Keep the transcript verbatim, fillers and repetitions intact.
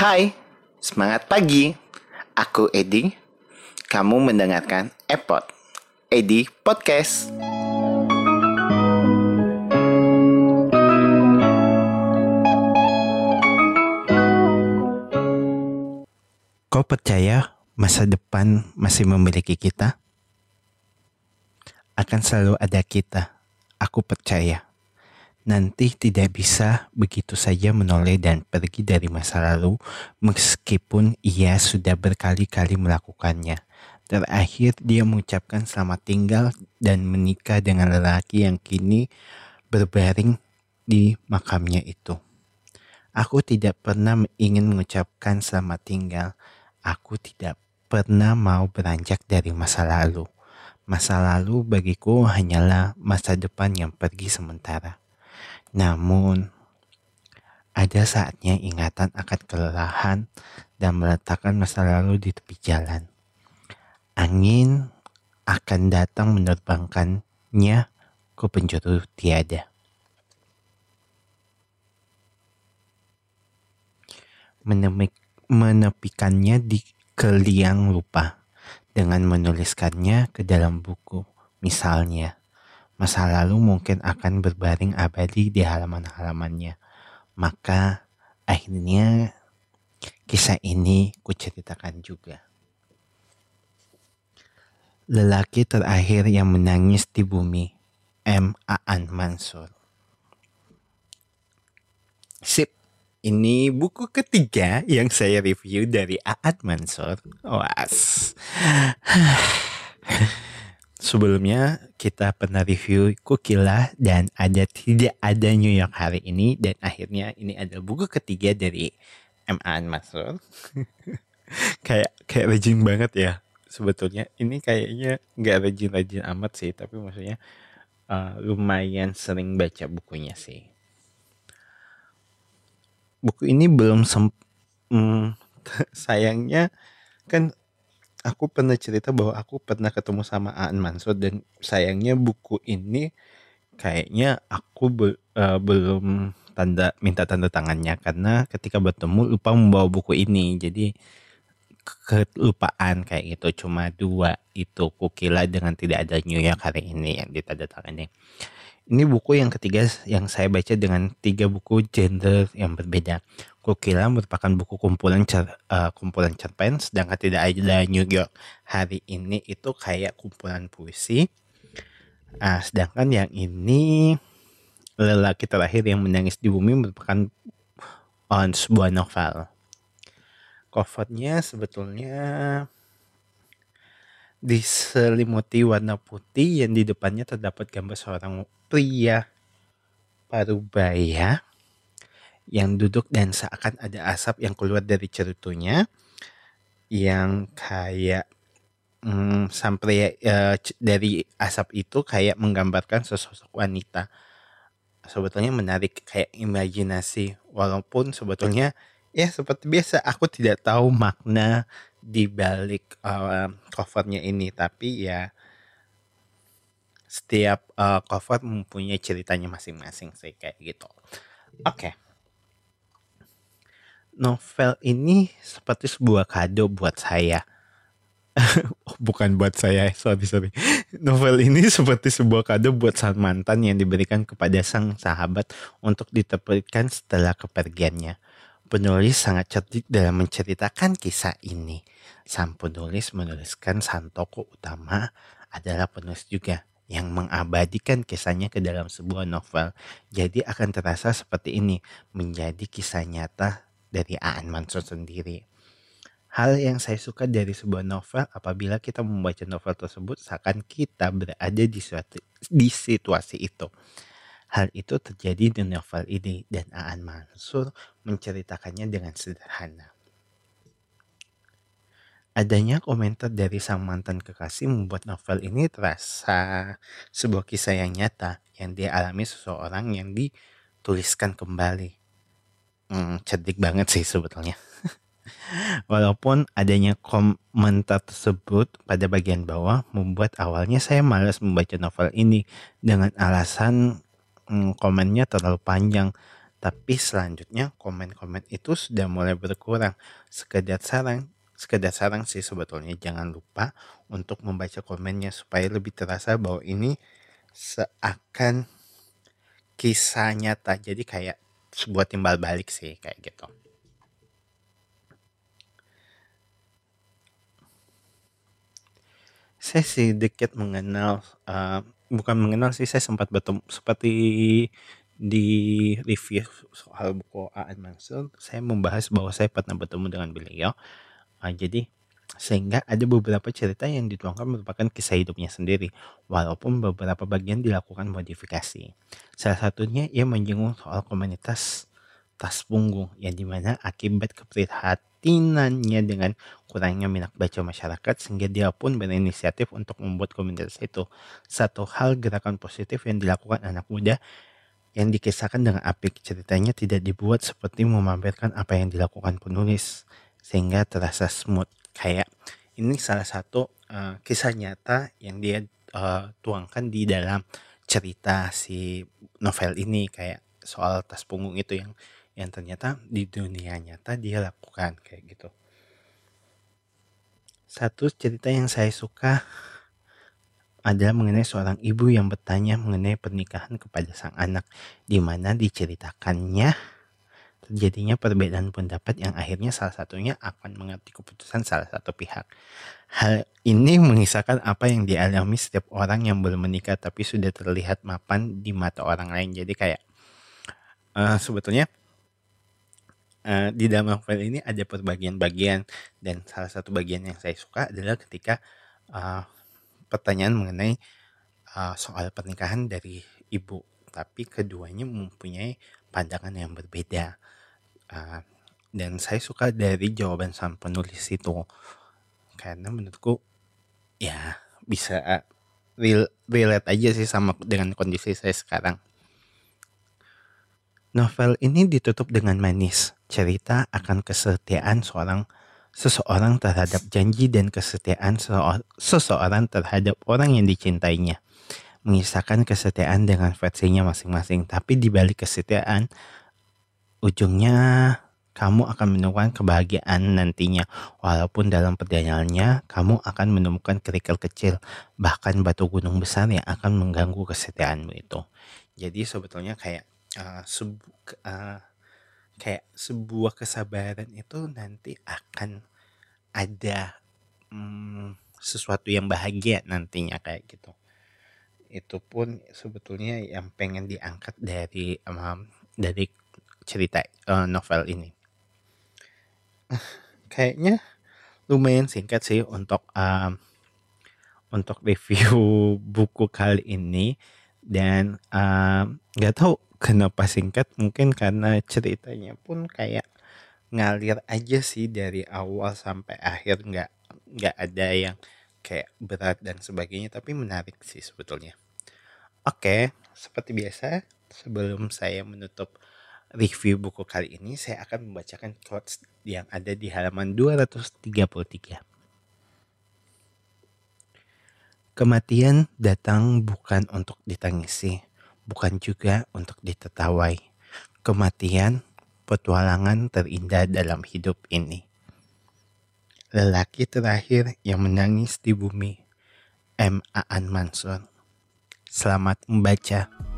Hai, semangat pagi. Aku Edi. Kamu mendengarkan Epot, Edi Podcast. Kau percaya masa depan masih memiliki kita? Akan selalu ada kita. Aku percaya. Nanti tidak bisa begitu saja menoleh dan pergi dari masa lalu meskipun ia sudah berkali-kali melakukannya. Terakhir dia mengucapkan selamat tinggal dan menikah dengan lelaki yang kini berbaring di makamnya itu. Aku tidak pernah ingin mengucapkan selamat tinggal. Aku tidak pernah mau beranjak dari masa lalu. Masa lalu bagiku hanyalah masa depan yang pergi sementara. Namun, ada saatnya ingatan akan kelelahan dan meletakkan masa lalu di tepi jalan. Angin akan datang menerbangkannya ke penjuru tiada. Menemik, menepikannya di ke liang lupa dengan menuliskannya ke dalam buku. Misalnya, masa lalu mungkin akan berbaring abadi di halaman-halamannya. Maka akhirnya kisah ini kuceritakan juga. Lelaki terakhir yang menangis di bumi, M. Aan Mansur. Sip, ini buku ketiga yang saya review dari Aan Mansur. Was. Sebelumnya kita pernah review Kukilah dan ada tidak ada New York hari ini, dan akhirnya ini adalah buku ketiga dari M. Aan Mansur. kayak kayak rajin banget ya sebetulnya. Ini kayaknya nggak rajin-rajin amat sih, tapi maksudnya uh, lumayan sering baca bukunya sih. Buku ini belum semp hmm, sayangnya kan aku pernah cerita bahwa aku pernah ketemu sama Aan Mansur, dan sayangnya buku ini kayaknya aku be, uh, belum tanda minta tanda tangannya karena ketika bertemu lupa membawa buku ini, jadi kelupaan kayak gitu. Cuma dua itu, Kukilah dengan Tidak Ada New York hari ini yang ditandatangani. Ini buku yang ketiga yang saya baca dengan tiga buku genre yang berbeda. Kukilah merupakan buku kumpulan cer, uh, kumpulan cerpen, sedangkan Tidak Ada New York hari ini itu kayak kumpulan puisi. Uh, sedangkan yang ini Lelaki Terakhir yang Menangis di Bumi merupakan on sebuah novel. Covernya sebetulnya diselimuti warna putih yang di depannya terdapat gambar seorang pria parubaya yang duduk dan seakan ada asap yang keluar dari cerutunya, yang kayak hmm, sampai uh, dari asap itu kayak menggambarkan sosok wanita. Sebetulnya menarik, kayak imajinasi, walaupun sebetulnya ya seperti biasa aku tidak tahu makna di balik uh, covernya ini, tapi ya setiap uh, cover mempunyai ceritanya masing-masing sih kayak gitu. Oke. Okay. Novel ini seperti sebuah kado buat saya. Oh, bukan buat saya, sorry sorry. Novel ini seperti sebuah kado buat sang mantan yang diberikan kepada sang sahabat untuk diterbitkan setelah kepergiannya. Penulis sangat cerdik dalam menceritakan kisah ini. Sang penulis menuliskan sang tokoh utama adalah penulis juga yang mengabadikan kisahnya ke dalam sebuah novel. Jadi akan terasa seperti ini, menjadi kisah nyata dari Aan Mansur sendiri. Hal yang saya suka dari sebuah novel apabila kita membaca novel tersebut seakan kita berada di, suatu, di situasi itu. Hal itu terjadi di novel ini dan Aan Mansur menceritakannya dengan sederhana. Adanya komentar dari sang mantan kekasih membuat novel ini terasa sebuah kisah yang nyata yang dialami seseorang yang dituliskan kembali. Hmm, cerdik banget sih sebetulnya. Walaupun adanya komentar tersebut pada bagian bawah membuat awalnya saya malas membaca novel ini dengan alasan hmm, komennya terlalu panjang. Tapi selanjutnya komen-komen itu sudah mulai berkurang. Sekedar saran, sekedar saran sih sebetulnya, jangan lupa untuk membaca komennya supaya lebih terasa bahwa ini seakan kisah nyata. Jadi kayak sebuah timbal balik sih kayak gitu. Saya sedikit mengenal, uh, bukan mengenal sih, saya sempat bertemu seperti di review soal buku Aan Mansur, saya membahas bahwa saya pernah bertemu dengan beliau. Uh, jadi sehingga ada beberapa cerita yang dituangkan merupakan kisah hidupnya sendiri, walaupun beberapa bagian dilakukan modifikasi. Salah satunya ia menyinggung soal komunitas tas punggung, yang dimana akibat keprihatinannya dengan kurangnya minat baca masyarakat, sehingga dia pun berinisiatif untuk membuat komunitas itu. Satu hal gerakan positif yang dilakukan anak muda yang dikisahkan dengan apik, ceritanya tidak dibuat seperti memamerkan apa yang dilakukan penulis, sehingga terasa smooth. Kayak ini salah satu uh, kisah nyata yang dia uh, tuangkan di dalam cerita si novel ini, kayak soal tas punggung itu yang yang ternyata di dunia nyata dia lakukan kayak gitu. Satu cerita yang saya suka adalah mengenai seorang ibu yang bertanya mengenai pernikahan kepada sang anak, di mana diceritakannya terjadinya perbedaan pendapat yang akhirnya salah satunya akan mengerti keputusan salah satu pihak. Hal ini mengisahkan apa yang dialami setiap orang yang belum menikah tapi sudah terlihat mapan di mata orang lain. Jadi kayak uh, sebetulnya Uh, di dalam novel ini ada perbagian-bagian, dan salah satu bagian yang saya suka adalah ketika uh, pertanyaan mengenai uh, soal pernikahan dari ibu, tapi keduanya mempunyai pandangan yang berbeda. Uh, dan saya suka dari jawaban sang penulis itu, karena menurutku ya bisa uh, real, relate aja sih sama dengan kondisi saya sekarang. Novel ini ditutup dengan manis, cerita akan kesetiaan seorang seseorang terhadap janji dan kesetiaan seseorang terhadap orang yang dicintainya. Mengisahkan kesetiaan dengan versinya masing-masing, tapi di balik kesetiaan, ujungnya kamu akan menemukan kebahagiaan nantinya. Walaupun dalam perjalanannya, kamu akan menemukan kerikil kecil, bahkan batu gunung besar yang akan mengganggu kesetiaanmu itu. Jadi sebetulnya kayak uh, sebu- uh, kayak sebuah kesabaran itu nanti akan ada hmm, sesuatu yang bahagia nantinya kayak gitu. Itu pun sebetulnya yang pengen diangkat dari um, dari cerita uh, novel ini. Kayaknya lumayan singkat sih untuk um, untuk review buku kali ini, dan nggak um, tahu kenapa singkat, mungkin karena ceritanya pun kayak ngalir aja sih dari awal sampai akhir, nggak nggak ada yang kayak berat dan sebagainya, tapi menarik sih sebetulnya. Oke, seperti biasa sebelum saya menutup review buku kali ini, saya akan membacakan quotes yang ada di halaman dua ratus tiga puluh tiga. Kematian datang bukan untuk ditangisi, bukan juga untuk ditertawai. Kematian, petualangan terindah dalam hidup ini. Lelaki terakhir yang menangis di bumi, M. Aan Mansur. Selamat membaca.